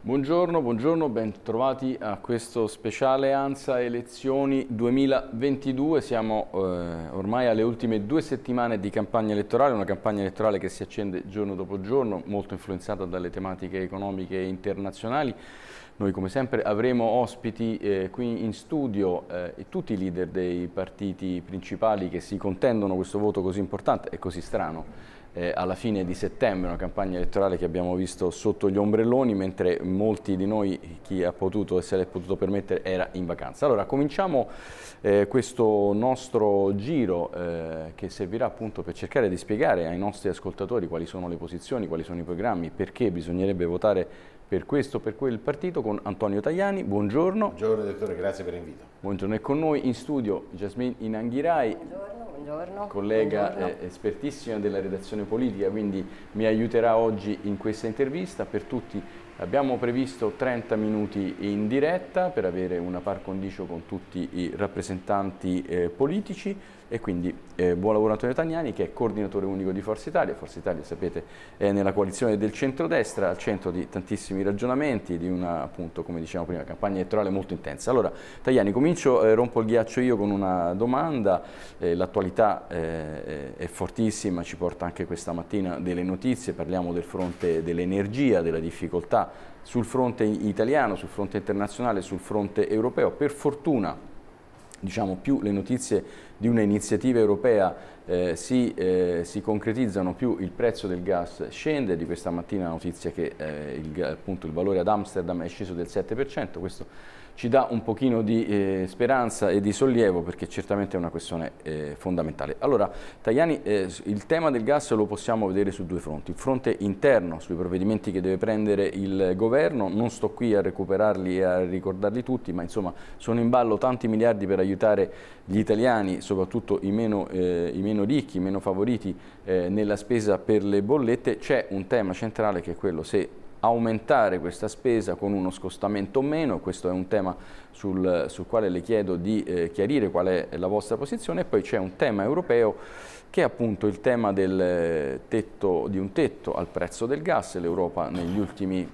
Buongiorno, ben trovati a questo speciale ANSA Elezioni 2022. Siamo ormai alle ultime 2 settimane di campagna elettorale, una campagna elettorale che si accende giorno dopo giorno, molto influenzata dalle tematiche economiche internazionali. Noi come sempre avremo ospiti qui in studio tutti i leader dei partiti principali che si contendono questo voto così importante e così strano. Alla fine di settembre, una campagna elettorale che abbiamo visto sotto gli ombrelloni, mentre molti di noi, chi ha potuto e se l'è potuto permettere, era in vacanza. Allora, cominciamo questo nostro giro che servirà appunto per cercare di spiegare ai nostri ascoltatori quali sono le posizioni, quali sono i programmi, perché bisognerebbe votare per questo o per quel partito, con Antonio Tajani. Buongiorno. Buongiorno dottore, grazie per l'invito. Buongiorno, e con noi in studio Jasmine Inanghirai. Buongiorno. Collega espertissima della redazione politica, quindi mi aiuterà oggi in questa intervista. Per tutti abbiamo previsto 30 minuti in diretta per avere una par condicio con tutti i rappresentanti politici, e quindi buon lavoro Antonio Tajani, che è coordinatore unico di Forza Italia. Forza Italia, sapete, è nella coalizione del centrodestra, al centro di tantissimi ragionamenti, di una, appunto, come dicevamo prima, campagna elettorale molto intensa. Allora, Tajani, comincio, rompo il ghiaccio io con una domanda. L'attualità è fortissima, ci porta anche questa mattina delle notizie, parliamo del fronte dell'energia, della difficoltà sul fronte italiano, sul fronte internazionale, sul fronte europeo. Per fortuna, diciamo, più le notizie di un'iniziativa europea si concretizzano, più il prezzo del gas scende. Di questa mattina la notizia che appunto il valore ad Amsterdam è sceso del 7%, questo ci dà un pochino di speranza e di sollievo, perché certamente è una questione fondamentale. Allora, Tajani, il tema del gas lo possiamo vedere su due fronti: il fronte interno, sui provvedimenti che deve prendere il governo. Non sto qui a recuperarli e a ricordarli tutti, ma insomma sono in ballo tanti miliardi per aiutare gli italiani, soprattutto i meno ricchi, i meno favoriti nella spesa per le bollette. C'è un tema centrale che è quello se aumentare questa spesa con uno scostamento o meno. Questo è un tema sul quale le chiedo di chiarire qual è la vostra posizione. E poi c'è un tema europeo, che è appunto il tema di un tetto al prezzo del gas. L'Europa negli ultimi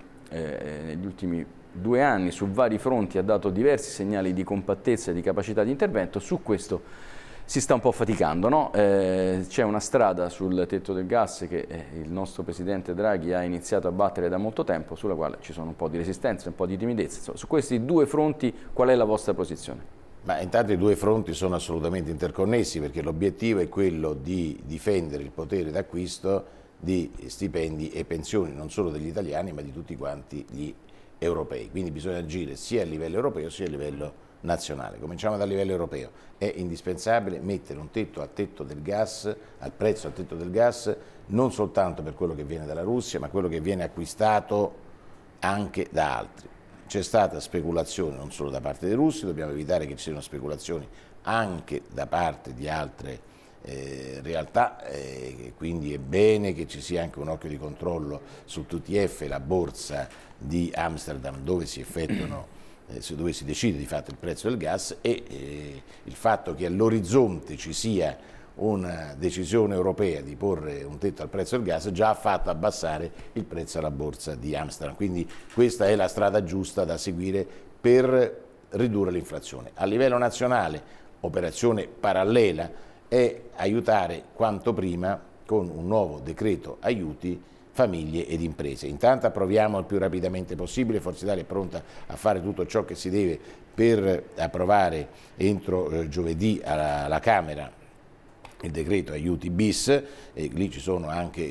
2 anni su vari fronti ha dato diversi segnali di compattezza e di capacità di intervento. Su questo si sta un po' faticando, no? C'è una strada sul tetto del gas che il nostro presidente Draghi ha iniziato a battere da molto tempo, sulla quale ci sono un po' di resistenza, un po' di timidezza. Insomma, su questi 2 fronti qual è la vostra posizione? Ma intanto i 2 fronti sono assolutamente interconnessi, perché l'obiettivo è quello di difendere il potere d'acquisto di stipendi e pensioni non solo degli italiani, ma di tutti quanti gli europei. Quindi bisogna agire sia a livello europeo sia a livello nazionale. Cominciamo dal livello europeo. È indispensabile mettere un tetto al tetto del gas, al prezzo al tetto del gas, non soltanto per quello che viene dalla Russia, ma quello che viene acquistato anche da altri. C'è stata speculazione non solo da parte dei russi, dobbiamo evitare che ci siano speculazioni anche da parte di altre realtà, quindi è bene che ci sia anche un occhio di controllo sul TTF, la borsa di Amsterdam, dove si effettuano dove si decide di fatto il prezzo del gas, e il fatto che all'orizzonte ci sia una decisione europea di porre un tetto al prezzo del gas già ha fatto abbassare il prezzo alla borsa di Amsterdam. Quindi questa è la strada giusta da seguire per ridurre l'inflazione. A livello nazionale, operazione parallela è aiutare quanto prima con un nuovo decreto aiuti famiglie ed imprese. Intanto approviamo il più rapidamente possibile. Forza Italia è pronta a fare tutto ciò che si deve per approvare entro giovedì alla Camera il decreto aiuti bis, e lì ci sono anche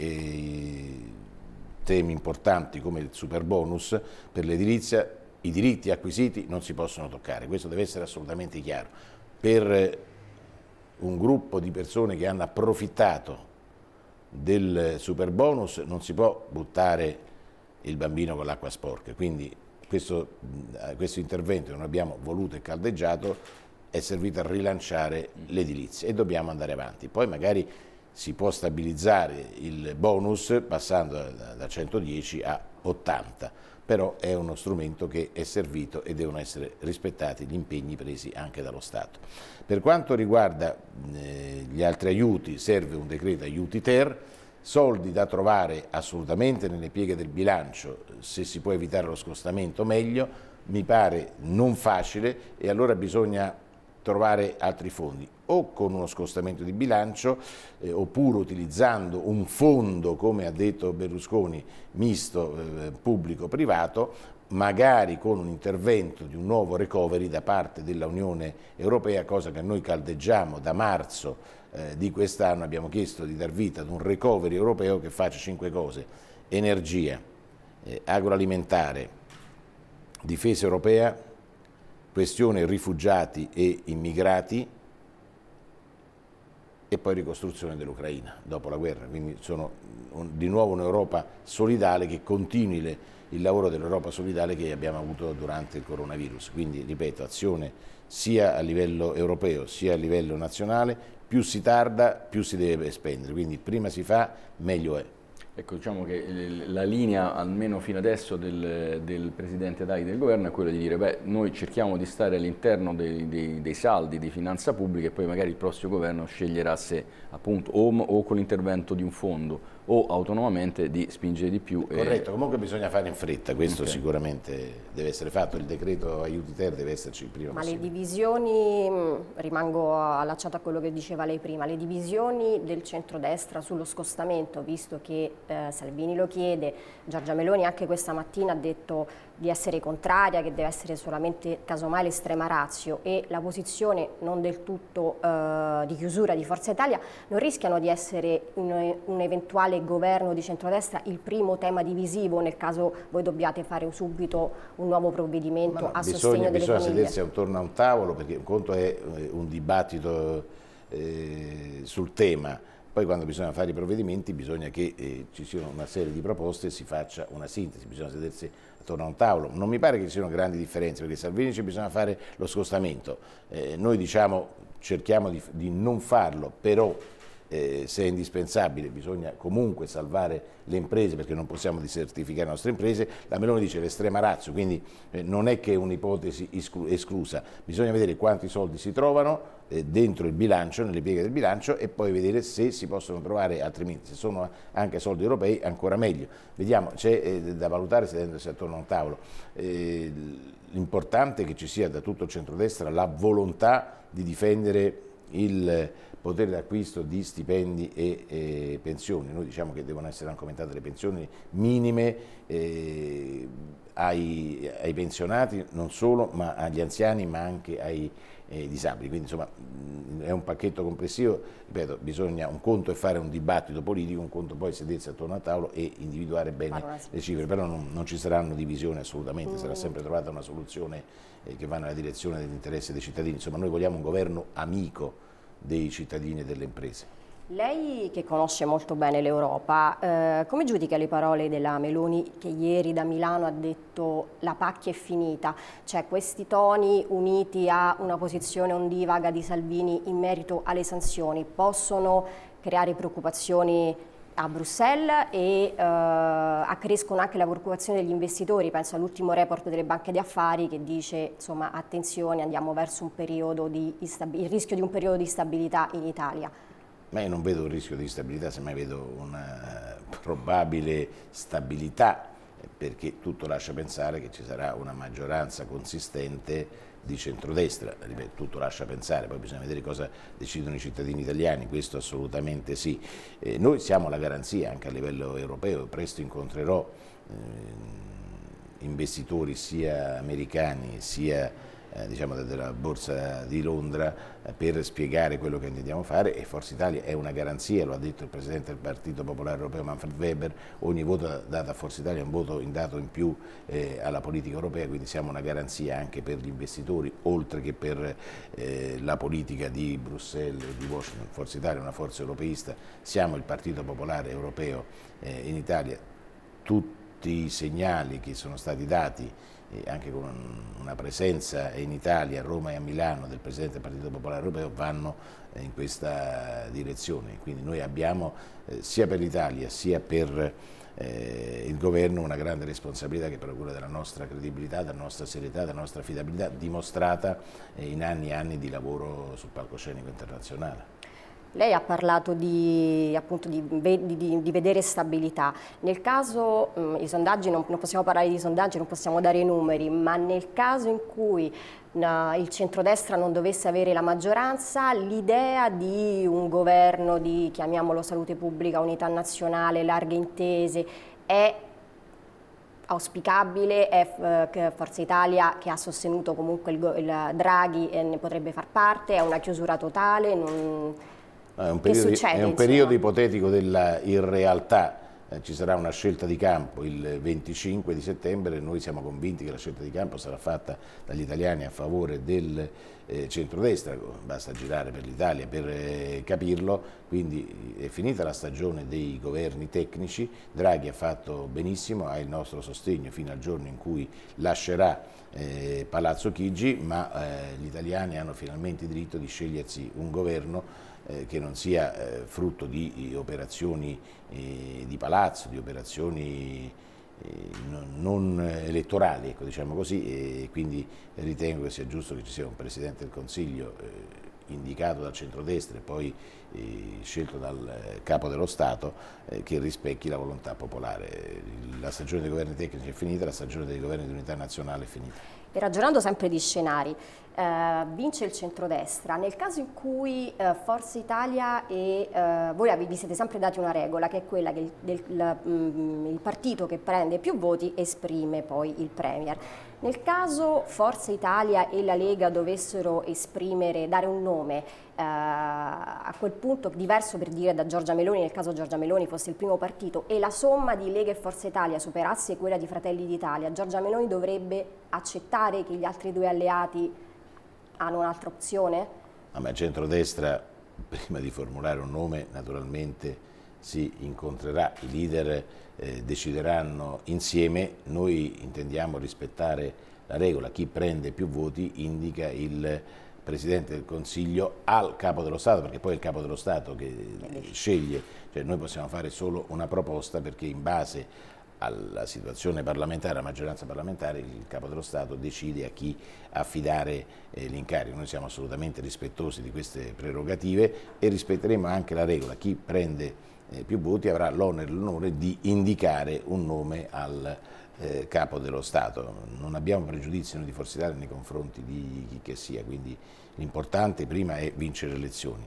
temi importanti come il super bonus per l'edilizia. I diritti acquisiti non si possono toccare, questo deve essere assolutamente chiaro. Per un gruppo di persone che hanno approfittato del super bonus non si può buttare il bambino con l'acqua sporca, quindi questo intervento che non abbiamo voluto e caldeggiato è servito a rilanciare l'edilizia e dobbiamo andare avanti. Poi magari si può stabilizzare il bonus passando da 110 a 80, però è uno strumento che è servito e devono essere rispettati gli impegni presi anche dallo Stato. Per quanto riguarda gli altri aiuti, serve un decreto aiuti ter, soldi da trovare assolutamente nelle pieghe del bilancio, se si può evitare lo scostamento meglio, mi pare non facile, e allora bisogna trovare altri fondi, o con uno scostamento di bilancio oppure utilizzando un fondo, come ha detto Berlusconi, misto pubblico-privato, magari con un intervento di un nuovo recovery da parte dell'Unione Europea, cosa che noi caldeggiamo da marzo di quest'anno. Abbiamo chiesto di dar vita ad un recovery europeo che faccia 5 cose: energia, agroalimentare, difesa europea, questione rifugiati e immigrati e poi ricostruzione dell'Ucraina dopo la guerra. Quindi sono di nuovo un'Europa solidale che continui il lavoro dell'Europa solidale che abbiamo avuto durante il coronavirus. Quindi, ripeto, azione sia a livello europeo sia a livello nazionale. Più si tarda, più si deve spendere, quindi prima si fa, meglio è. Ecco, diciamo che la linea, almeno fino adesso, del Presidente Draghi del Governo è quella di dire: beh, noi cerchiamo di stare all'interno dei saldi di finanza pubblica e poi magari il prossimo governo sceglierà se appunto o con l'intervento di un fondo o autonomamente di spingere di più. Corretto, comunque bisogna fare in fretta, questo sicuramente deve essere fatto, il decreto aiuti ter deve esserci il prima possibile. Ma le divisioni, rimango allacciato a quello che diceva lei prima, le divisioni del centrodestra sullo scostamento, visto che Salvini lo chiede, Giorgia Meloni anche questa mattina ha detto di essere contraria, che deve essere solamente casomai l'estrema ratio, e la posizione non del tutto di chiusura di Forza Italia, non rischiano di essere un eventuale governo di centrodestra il primo tema divisivo nel caso voi dobbiate fare subito un nuovo provvedimento a sostegno delle famiglie? Bisogna sedersi attorno a un tavolo, perché un conto è un dibattito sul tema, poi quando bisogna fare i provvedimenti bisogna che ci siano una serie di proposte e si faccia una sintesi, bisogna sedersi attorno a un tavolo. Non mi pare che ci siano grandi differenze, perché Salvini ci bisogna fare lo scostamento, noi diciamo cerchiamo di non farlo, però se è indispensabile bisogna comunque salvare le imprese, perché non possiamo disertificare le nostre imprese. La Meloni dice l'estrema ratio, quindi non è che è un'ipotesi esclusa, bisogna vedere quanti soldi si trovano dentro il bilancio, nelle pieghe del bilancio, e poi vedere se si possono trovare altrimenti, se sono anche soldi europei ancora meglio. Vediamo, c'è da valutare sedendosi attorno a un tavolo. L'importante è che ci sia da tutto il centrodestra la volontà di difendere il potere d'acquisto di stipendi e pensioni. Noi diciamo che devono essere anche aumentate le pensioni minime ai pensionati, non solo, ma agli anziani, ma anche ai disabili. Quindi insomma è un pacchetto complessivo, ripeto, un conto è fare un dibattito politico, un conto poi sedersi attorno al tavolo e individuare bene le cifre, però non ci saranno divisioni assolutamente, sarà sempre trovata una soluzione che va nella direzione dell'interesse dei cittadini. Insomma, noi vogliamo un governo amico dei cittadini e delle imprese. Lei che conosce molto bene l'Europa, come giudica le parole della Meloni che ieri da Milano ha detto la pacchia è finita? Cioè questi toni uniti a una posizione ondivaga di Salvini in merito alle sanzioni possono creare preoccupazioni a Bruxelles e accrescono anche la preoccupazione degli investitori. Penso all'ultimo report delle banche di affari che dice insomma attenzione, andiamo verso un periodo il rischio di un periodo di instabilità in Italia. Ma io non vedo un rischio di instabilità, semmai vedo una probabile stabilità, perché tutto lascia pensare che ci sarà una maggioranza consistente di centrodestra. Ripeto, tutto lascia pensare, poi bisogna vedere cosa decidono i cittadini italiani, questo assolutamente sì. Noi siamo la garanzia anche a livello europeo, presto incontrerò investitori sia americani sia diciamo della Borsa di Londra per spiegare quello che intendiamo fare, e Forza Italia è una garanzia, lo ha detto il Presidente del Partito Popolare Europeo Manfred Weber, ogni voto dato a Forza Italia è un voto dato in più alla politica europea, quindi siamo una garanzia anche per gli investitori, oltre che per la politica di Bruxelles e di Washington. Forza Italia è una forza europeista, siamo il Partito Popolare Europeo in Italia, tutti i segnali che sono stati dati anche con una presenza in Italia, a Roma e a Milano, del Presidente del Partito Popolare Europeo vanno in questa direzione. Quindi noi abbiamo sia per l'Italia sia per il Governo una grande responsabilità che procura della nostra credibilità, della nostra serietà, della nostra affidabilità dimostrata in anni e anni di lavoro sul palcoscenico internazionale. Lei ha parlato appunto di vedere stabilità. Nel caso, i sondaggi, non possiamo parlare di sondaggi, non possiamo dare i numeri, ma nel caso in cui il centrodestra non dovesse avere la maggioranza, l'idea di un governo di, chiamiamolo salute pubblica, unità nazionale, larghe intese, è auspicabile? È Forza Italia, che ha sostenuto comunque il Draghi, ne potrebbe far parte? È una chiusura totale? È un periodo ipotetico della irrealtà. Ci sarà una scelta di campo il 25 di settembre e noi siamo convinti che la scelta di campo sarà fatta dagli italiani a favore del centrodestra, basta girare per l'Italia per capirlo. Quindi è finita la stagione dei governi tecnici, Draghi ha fatto benissimo, ha il nostro sostegno fino al giorno in cui lascerà Palazzo Chigi, ma gli italiani hanno finalmente il diritto di scegliersi un governo che non sia frutto di operazioni di palazzo, di operazioni non elettorali, ecco, diciamo così, e quindi ritengo che sia giusto che ci sia un Presidente del Consiglio indicato dal centrodestra e poi scelto dal Capo dello Stato che rispecchi la volontà popolare. La stagione dei governi tecnici è finita, la stagione dei governi di unità nazionale è finita. E ragionando sempre di scenari, vince il centrodestra, nel caso in cui Forza Italia e voi vi siete sempre dati una regola, che è quella che il partito che prende più voti esprime poi il Premier. Nel caso Forza Italia e la Lega dovessero dare un nome, a quel punto diverso, per dire, da Giorgia Meloni, nel caso Giorgia Meloni fosse il primo partito e la somma di Lega e Forza Italia superasse quella di Fratelli d'Italia, Giorgia Meloni dovrebbe accettare che gli altri due alleati hanno un'altra opzione? Ma il centrodestra, prima di formulare un nome, naturalmente si incontrerà, i leader decideranno insieme. Noi intendiamo rispettare la regola: chi prende più voti indica il Presidente del Consiglio al Capo dello Stato, perché poi è il Capo dello Stato che sceglie, cioè noi possiamo fare solo una proposta, perché in base alla situazione parlamentare, alla maggioranza parlamentare, il Capo dello Stato decide a chi affidare l'incarico. Noi siamo assolutamente rispettosi di queste prerogative e rispetteremo anche la regola: chi prende più voti avrà l'onere e l'onore di indicare un nome al Capo dello Stato. Non abbiamo pregiudizi noi di Forza Italia nei confronti di chi che sia, quindi l'importante prima è vincere le elezioni,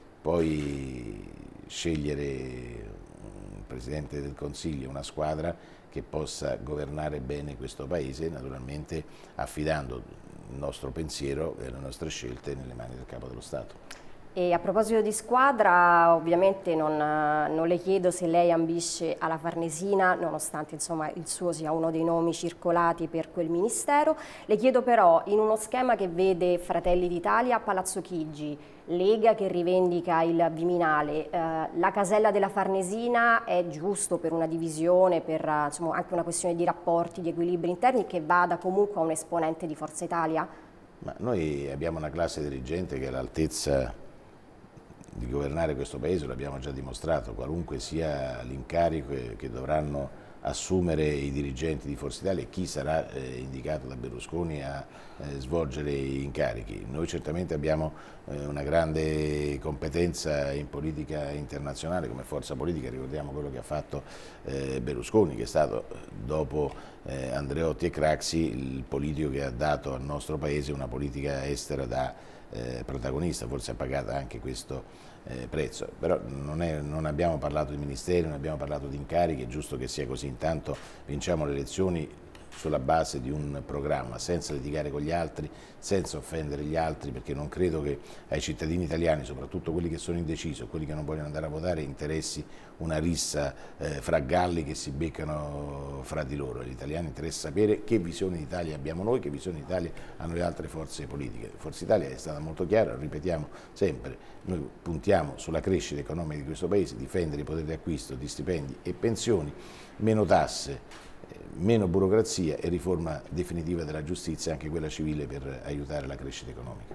poi scegliere un Presidente del Consiglio, una squadra che possa governare bene questo Paese, naturalmente affidando il nostro pensiero e le nostre scelte nelle mani del Capo dello Stato. E a proposito di squadra, ovviamente non le chiedo se lei ambisce alla Farnesina, nonostante insomma il suo sia uno dei nomi circolati per quel ministero. Le chiedo però, in uno schema che vede Fratelli d'Italia, Palazzo Chigi, Lega che rivendica il Viminale, la casella della Farnesina è giusto per una divisione, per insomma, anche una questione di rapporti, di equilibri interni, che vada comunque a un esponente di Forza Italia? Ma noi abbiamo una classe dirigente che è all'altezza di governare questo Paese, lo abbiamo già dimostrato, qualunque sia l'incarico che dovranno assumere i dirigenti di Forza Italia e chi sarà indicato da Berlusconi a svolgere gli incarichi. Noi certamente abbiamo una grande competenza in politica internazionale come forza politica, ricordiamo quello che ha fatto Berlusconi, che è stato, dopo Andreotti e Craxi, il politico che ha dato al nostro Paese una politica estera da protagonista, forse ha pagato anche questo prezzo, però non abbiamo parlato di ministeri, non abbiamo parlato di incarichi, è giusto che sia così. Intanto vinciamo le elezioni sulla base di un programma, senza litigare con gli altri, senza offendere gli altri, perché non credo che ai cittadini italiani, soprattutto quelli che sono indecisi o quelli che non vogliono andare a votare, interessi una rissa fra galli che si beccano fra di loro. Agli italiani interessa sapere che visione d'Italia abbiamo noi, che visione d'Italia hanno le altre forze politiche. Forza Italia è stata molto chiara, lo ripetiamo sempre, noi puntiamo sulla crescita economica di questo Paese, difendere il potere di acquisto di stipendi e pensioni, meno tasse, meno burocrazia e riforma definitiva della giustizia, anche quella civile, per aiutare la crescita economica.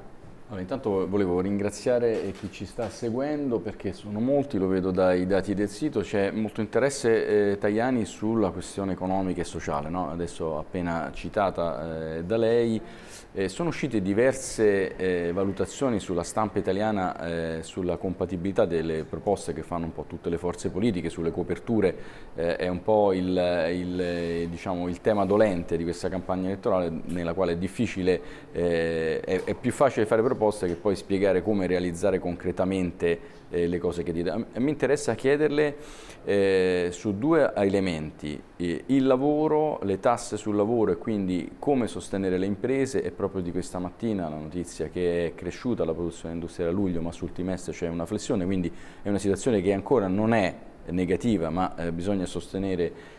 Allora, intanto volevo ringraziare chi ci sta seguendo, perché sono molti, lo vedo dai dati del sito, c'è molto interesse Tajani sulla questione economica e sociale, no? Adesso appena citata da lei. Sono uscite diverse valutazioni sulla stampa italiana sulla compatibilità delle proposte che fanno un po' tutte le forze politiche, sulle coperture, è un po' diciamo, il tema dolente di questa campagna elettorale, nella quale è difficile, è più facile fare proposte che poi spiegare come realizzare concretamente le cose che dite. Mi interessa chiederle su due elementi, il lavoro, le tasse sul lavoro e quindi come sostenere le imprese. È proprio di questa mattina la notizia che è cresciuta la produzione industriale a luglio, ma sul trimestre c'è una flessione, quindi è una situazione che ancora non è negativa, ma bisogna sostenere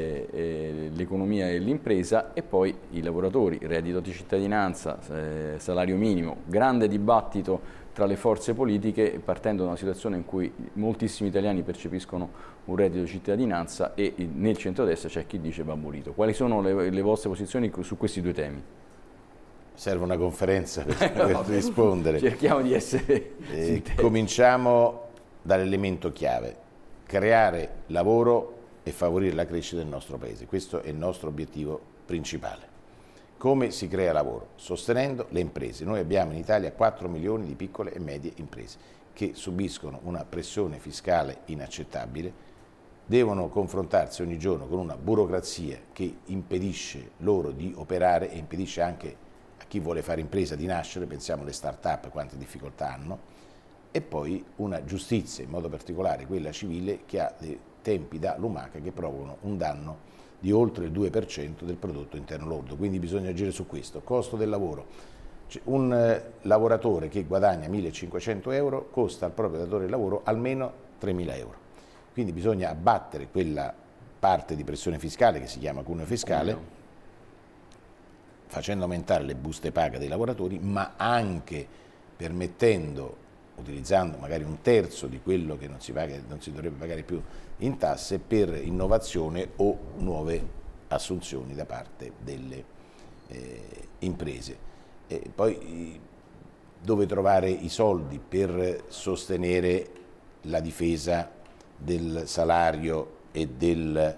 l'economia e l'impresa. E poi i lavoratori, reddito di cittadinanza, salario minimo, grande dibattito tra le forze politiche, partendo da una situazione in cui moltissimi italiani percepiscono un reddito di cittadinanza e nel centrodestra c'è chi dice va abolito. Quali sono le vostre posizioni su questi due temi? Serve una conferenza per rispondere. Cerchiamo di essere cominciamo dall'elemento chiave: creare lavoro e favorire la crescita del nostro Paese. Questo è il nostro obiettivo principale. Come si crea lavoro? Sostenendo le imprese. Noi abbiamo in Italia 4 milioni di piccole e medie imprese che subiscono una pressione fiscale inaccettabile, devono confrontarsi ogni giorno con una burocrazia che impedisce loro di operare e impedisce anche a chi vuole fare impresa di nascere. Pensiamo alle start-up, quante difficoltà hanno, e poi una giustizia, in modo particolare quella civile, che ha dei tempi da lumaca che provocano un danno di oltre il 2% del prodotto interno lordo. Quindi bisogna agire su questo. Costo del lavoro. Un lavoratore che guadagna 1.500 euro costa al proprio datore di lavoro almeno 3.000 euro. Quindi bisogna abbattere quella parte di pressione fiscale che si chiama cuneo fiscale, facendo aumentare le buste paga dei lavoratori, ma anche permettendo, utilizzando magari un terzo di quello che non si dovrebbe pagare più in tasse, per innovazione o nuove assunzioni da parte delle imprese. E poi dove trovare i soldi per sostenere la difesa del salario e delle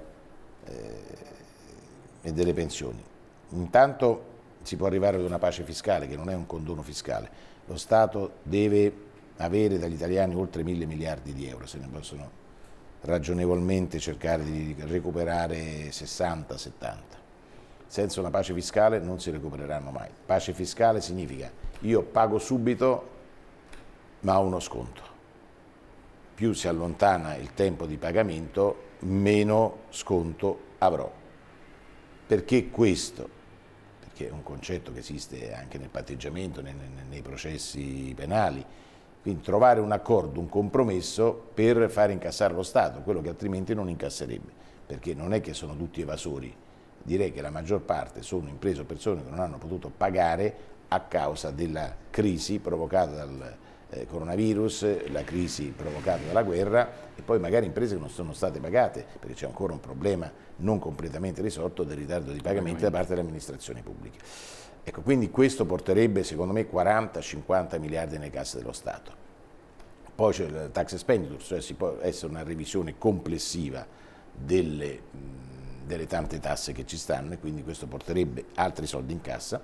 pensioni. Intanto si può arrivare ad una pace fiscale, che non è un condono fiscale. Lo Stato deve avere dagli italiani oltre 1.000 miliardi di euro, se ne possono ragionevolmente cercare di recuperare 60-70. Senza una pace fiscale non si recupereranno mai. Pace fiscale significa: io pago subito ma ho uno sconto. Più si allontana il tempo di pagamento, meno sconto avrò. Perché questo? Perché è un concetto che esiste anche nel patteggiamento, nei processi penali. Quindi trovare un accordo, un compromesso per fare incassare lo Stato, quello che altrimenti non incasserebbe, perché non è che sono tutti evasori, direi che la maggior parte sono imprese o persone che non hanno potuto pagare a causa della crisi provocata dal coronavirus, la crisi provocata dalla guerra, e poi magari imprese che non sono state pagate, perché c'è ancora un problema non completamente risolto del ritardo di pagamenti da parte delle amministrazioni pubbliche. Ecco, quindi questo porterebbe, secondo me, 40-50 miliardi nelle casse dello Stato. Poi c'è il tax expenditure, cioè si può essere una revisione complessiva delle tante tasse che ci stanno, e quindi questo porterebbe altri soldi in cassa.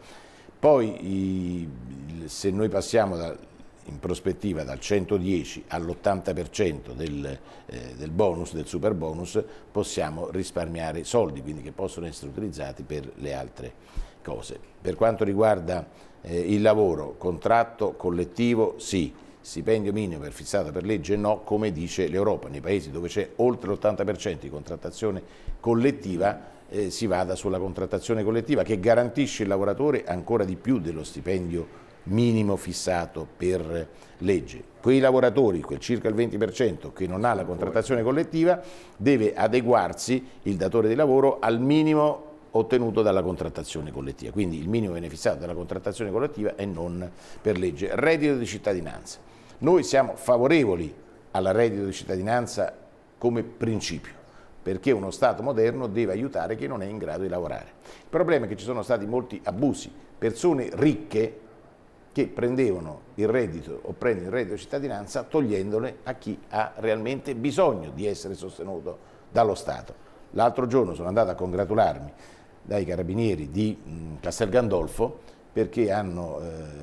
Poi se noi passiamo in prospettiva dal 110 all'80% del bonus, del super bonus, possiamo risparmiare soldi, quindi che possono essere utilizzati per le altre cose. Per quanto riguarda il lavoro, contratto collettivo sì, stipendio minimo fissato per legge no, come dice l'Europa. Nei paesi dove c'è oltre l'80% di contrattazione collettiva si vada sulla contrattazione collettiva, che garantisce il lavoratore ancora di più dello stipendio minimo fissato per legge. Quei lavoratori, quel circa il 20% che non ha la contrattazione collettiva, deve adeguarsi il datore di lavoro al minimo ottenuto dalla contrattazione collettiva, quindi il minimo viene fissato dalla contrattazione collettiva e non per legge. Reddito di cittadinanza. Noi siamo favorevoli al reddito di cittadinanza come principio, perché uno Stato moderno deve aiutare chi non è in grado di lavorare. Il problema è che ci sono stati molti abusi, persone ricche che prendevano il reddito o prendono il reddito di cittadinanza togliendole a chi ha realmente bisogno di essere sostenuto dallo Stato. L'altro giorno sono andato a congratularmi dai carabinieri di Castel Gandolfo perché hanno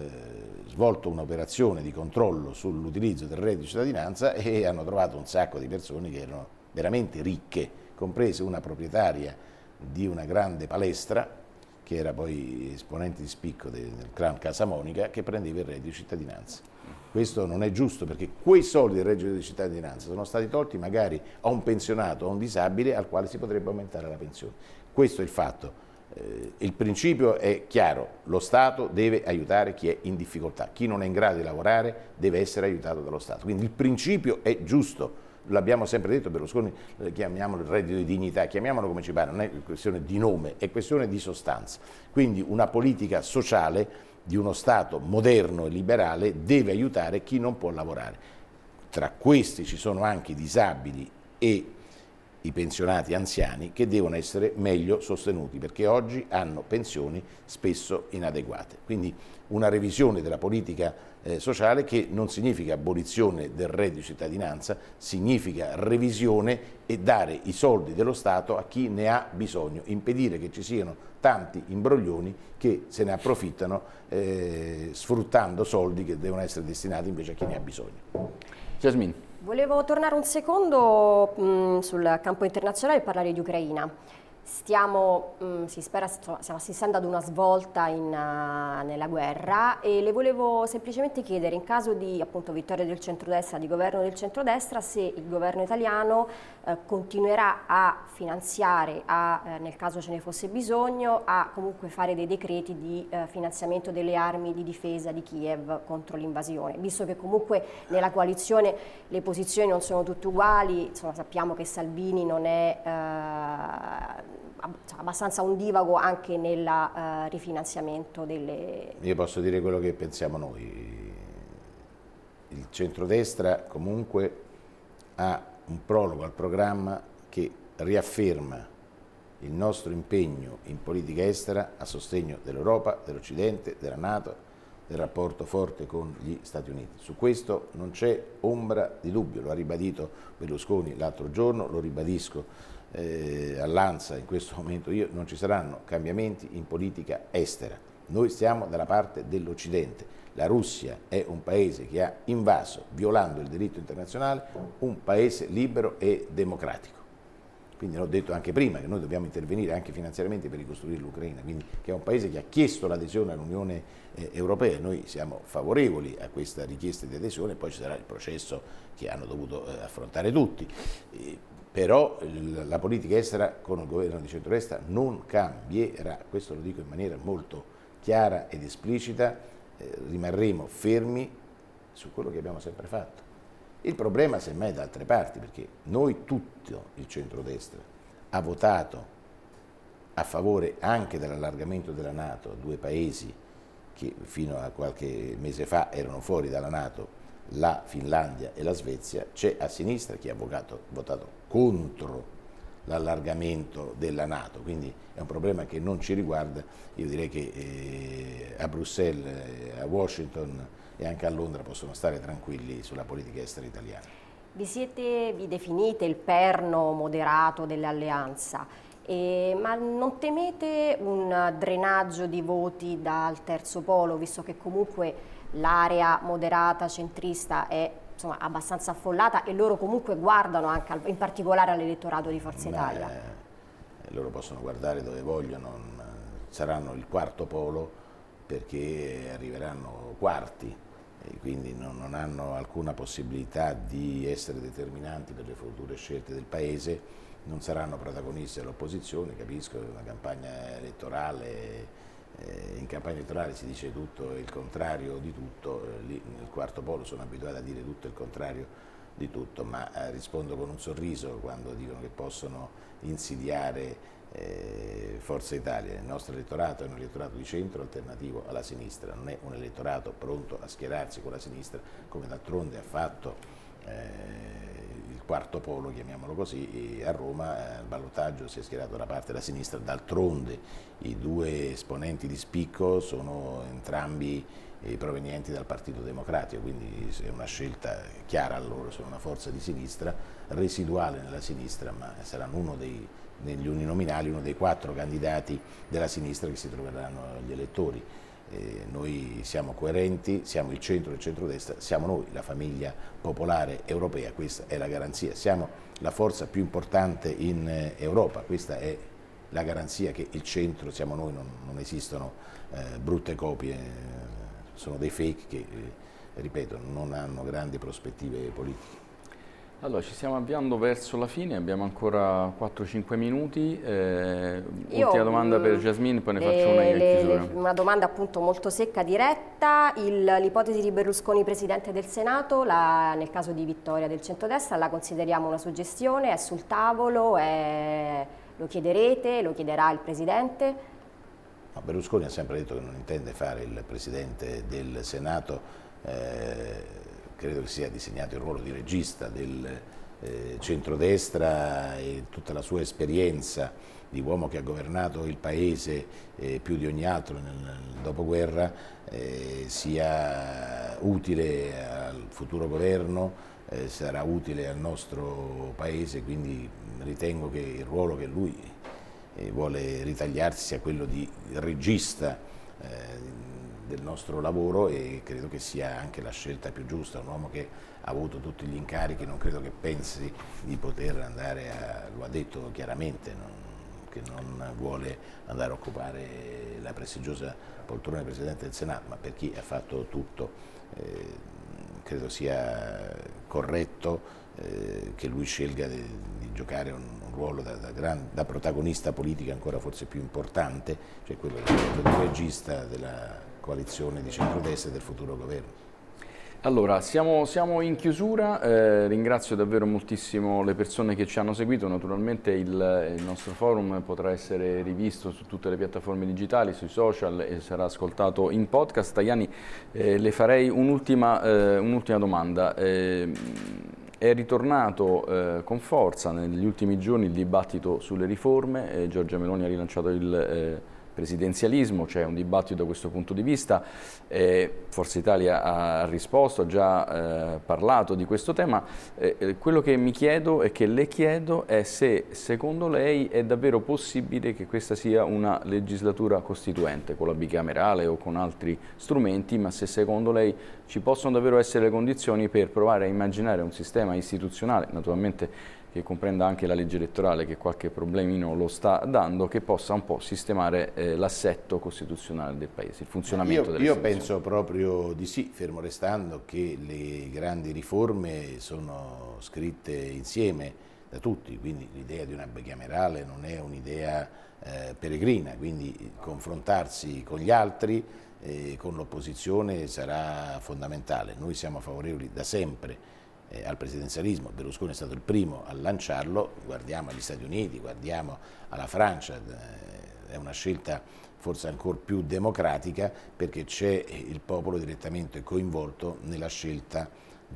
svolto un'operazione di controllo sull'utilizzo del reddito di cittadinanza e hanno trovato un sacco di persone che erano veramente ricche, comprese una proprietaria di una grande palestra che era poi esponente di spicco del clan Casa Monica, che prendeva il reddito di cittadinanza. Questo non è giusto perché quei soldi del reddito di cittadinanza sono stati tolti magari a un pensionato o a un disabile al quale si potrebbe aumentare la pensione. Questo è il fatto. Il principio è chiaro, lo Stato deve aiutare chi è in difficoltà, chi non è in grado di lavorare deve essere aiutato dallo Stato. Quindi il principio è giusto. L'abbiamo sempre detto, Berlusconi, chiamiamolo il reddito di dignità, chiamiamolo come ci pare, non è questione di nome, è questione di sostanza. Quindi una politica sociale di uno Stato moderno e liberale deve aiutare chi non può lavorare. Tra questi ci sono anche i disabili e i pensionati anziani che devono essere meglio sostenuti perché oggi hanno pensioni spesso inadeguate. Quindi una revisione della politica sociale che non significa abolizione del reddito di cittadinanza, significa revisione e dare i soldi dello Stato a chi ne ha bisogno, impedire che ci siano tanti imbroglioni che se ne approfittano sfruttando soldi che devono essere destinati invece a chi ne ha bisogno. Jasmine. Volevo tornare un secondo sul campo internazionale e parlare di Ucraina. Stiamo assistendo ad una svolta nella guerra e le volevo semplicemente chiedere, in caso di appunto vittoria del centrodestra, di governo del centrodestra, se il governo italiano continuerà a finanziare, nel caso ce ne fosse bisogno, a comunque fare dei decreti di finanziamento delle armi di difesa di Kiev contro l'invasione, visto che comunque nella coalizione le posizioni non sono tutte uguali. Insomma, sappiamo che Salvini non è abbastanza ondivago anche nel rifinanziamento delle... Io posso dire quello che pensiamo noi. Il centrodestra comunque ha un prologo al programma che riafferma il nostro impegno in politica estera a sostegno dell'Europa, dell'Occidente, della NATO, del rapporto forte con gli Stati Uniti. Su questo non c'è ombra di dubbio, lo ha ribadito Berlusconi l'altro giorno, lo ribadisco all'ANSA in questo momento io, non ci saranno cambiamenti in politica estera. Noi stiamo dalla parte dell'Occidente. La Russia è un paese che ha invaso, violando il diritto internazionale, un paese libero e democratico. Quindi l'ho detto anche prima che noi dobbiamo intervenire anche finanziariamente per ricostruire l'Ucraina, quindi che è un paese che ha chiesto l'adesione all'Unione Europea. Noi siamo favorevoli a questa richiesta di adesione, poi ci sarà il processo che hanno dovuto affrontare tutti. Però la politica estera con il governo di centrodestra non cambierà, questo lo dico in maniera molto chiara ed esplicita, rimarremo fermi su quello che abbiamo sempre fatto. Il problema semmai è da altre parti, perché noi tutto il centrodestra ha votato a favore anche dell'allargamento della NATO a due paesi che fino a qualche mese fa erano fuori dalla NATO, la Finlandia e la Svezia. C'è a sinistra chi ha votato contro l'allargamento della NATO, quindi è un problema che non ci riguarda. Io direi che a Bruxelles, a Washington e anche a Londra possono stare tranquilli sulla politica estera italiana. Vi definite il perno moderato dell'alleanza, ma non temete un drenaggio di voti dal terzo polo, visto che comunque l'area moderata centrista è insomma abbastanza affollata e loro comunque guardano anche in particolare all'elettorato di Forza Italia? Loro possono guardare dove vogliono, saranno il quarto polo perché arriveranno quarti e quindi non hanno alcuna possibilità di essere determinanti per le future scelte del Paese, non saranno protagonisti dell'opposizione. Capisco che una campagna elettorale, in campagna elettorale si dice tutto e il contrario di tutto, lì nel quarto polo sono abituati a dire tutto e il contrario di tutto, ma rispondo con un sorriso quando dicono che possono insidiare Forza Italia. Il nostro elettorato è un elettorato di centro alternativo alla sinistra, non è un elettorato pronto a schierarsi con la sinistra, come d'altronde ha fatto il quarto polo, chiamiamolo così, e a Roma al ballottaggio si è schierato da parte della sinistra. D'altronde i due esponenti di spicco sono entrambi provenienti dal Partito Democratico, quindi è una scelta chiara a loro, sono una forza di sinistra, residuale nella sinistra, ma saranno negli uninominali uno dei 4 candidati della sinistra che si troveranno agli elettori. Noi siamo coerenti, siamo il centro e il centrodestra, siamo noi la famiglia popolare europea, questa è la garanzia, siamo la forza più importante in Europa, questa è la garanzia che il centro siamo noi, non esistono brutte copie, sono dei fake che, ripeto, non hanno grandi prospettive politiche. Allora, ci stiamo avviando verso la fine, abbiamo ancora 4-5 minuti. Ultima domanda per Jasmine, poi ne faccio una in chiusura. Una domanda appunto molto secca, diretta. L'ipotesi di Berlusconi presidente del Senato, nel caso di vittoria del centrodestra, la consideriamo una suggestione? È sul tavolo? Lo chiederete? Lo chiederà il presidente? No, Berlusconi ha sempre detto che non intende fare il presidente del Senato. Credo che sia disegnato il ruolo di regista del centrodestra e tutta la sua esperienza di uomo che ha governato il paese più di ogni altro nel dopoguerra sia utile al futuro governo, sarà utile al nostro paese, quindi ritengo che il ruolo che lui vuole ritagliarsi sia quello di regista del nostro lavoro, e credo che sia anche la scelta più giusta. Un uomo che ha avuto tutti gli incarichi, non credo che pensi di poter andare lo ha detto chiaramente, che non vuole andare a occupare la prestigiosa poltrona di Presidente del Senato, ma per chi ha fatto tutto credo sia corretto che lui scelga di giocare un ruolo da protagonista politica ancora forse più importante, cioè quello di regista della coalizione di centrodestra e del futuro governo. Allora, siamo in chiusura, ringrazio davvero moltissimo le persone che ci hanno seguito, naturalmente il nostro forum potrà essere rivisto su tutte le piattaforme digitali, sui social, e sarà ascoltato in podcast. Tajani, le farei un'ultima domanda. È ritornato con forza negli ultimi giorni il dibattito sulle riforme, Giorgia Meloni ha rilanciato il presidenzialismo, c'è un dibattito da questo punto di vista, Forza Italia ha risposto, ha già parlato di questo tema. Quello che mi chiedo e che le chiedo è se secondo lei è davvero possibile che questa sia una legislatura costituente con la bicamerale o con altri strumenti, ma se secondo lei ci possono davvero essere le condizioni per provare a immaginare un sistema istituzionale, naturalmente che comprenda anche la legge elettorale che qualche problemino lo sta dando, che possa un po' sistemare l'assetto costituzionale del Paese, il funzionamento delle istituzioni. Io penso proprio di sì, fermo restando che le grandi riforme sono scritte insieme da tutti, quindi l'idea di una bicamerale non è un'idea peregrina, quindi confrontarsi con gli altri, con l'opposizione sarà fondamentale. Noi siamo favorevoli da sempre al presidenzialismo, Berlusconi è stato il primo a lanciarlo, guardiamo agli Stati Uniti, guardiamo alla Francia, è una scelta forse ancora più democratica perché c'è il popolo direttamente coinvolto nella scelta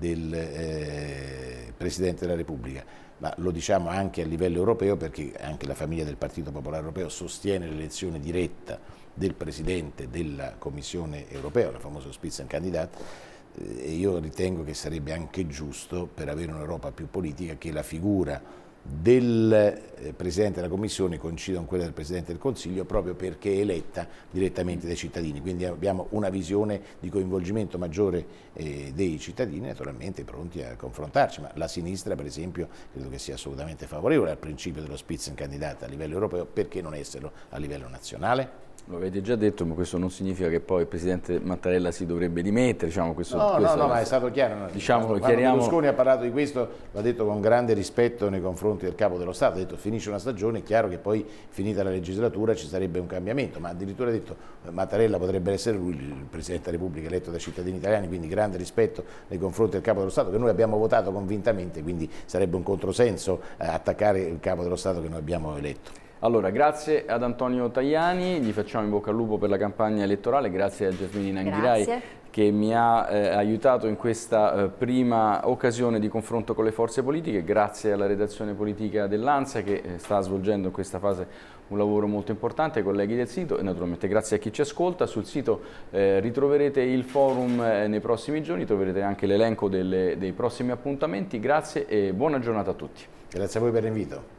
del Presidente della Repubblica, ma lo diciamo anche a livello europeo perché anche la famiglia del Partito Popolare Europeo sostiene l'elezione diretta del Presidente della Commissione Europea, la famosa Spitzenkandidat. E io ritengo che sarebbe anche giusto, per avere un'Europa più politica, che la figura del Presidente della Commissione coincida con quella del Presidente del Consiglio, proprio perché è eletta direttamente dai cittadini. Quindi abbiamo una visione di coinvolgimento maggiore dei cittadini, naturalmente pronti a confrontarci, ma la sinistra per esempio credo che sia assolutamente favorevole al principio dello Spitzenkandidat a livello europeo, perché non esserlo a livello nazionale? Lo avete già detto, ma questo non significa che poi il Presidente Mattarella si dovrebbe dimettere. Diciamo, no, ma è stato chiaro. No? Diciamo, quando Berlusconi ha parlato di questo, l'ha detto con grande rispetto nei confronti del Capo dello Stato, ha detto finisce una stagione, è chiaro che poi finita la legislatura ci sarebbe un cambiamento, ma addirittura ha detto Mattarella potrebbe essere lui il Presidente della Repubblica eletto dai cittadini italiani, quindi grande rispetto nei confronti del Capo dello Stato, che noi abbiamo votato convintamente, quindi sarebbe un controsenso attaccare il Capo dello Stato che noi abbiamo eletto. Allora, grazie ad Antonio Tajani, gli facciamo in bocca al lupo per la campagna elettorale, grazie a Jasmine Nanghirai che mi ha aiutato in questa prima occasione di confronto con le forze politiche, grazie alla redazione politica dell'ANSA che sta svolgendo in questa fase un lavoro molto importante, ai colleghi del sito e naturalmente grazie a chi ci ascolta. Sul sito ritroverete il forum nei prossimi giorni, troverete anche l'elenco dei prossimi appuntamenti. Grazie e buona giornata a tutti. Grazie a voi per l'invito.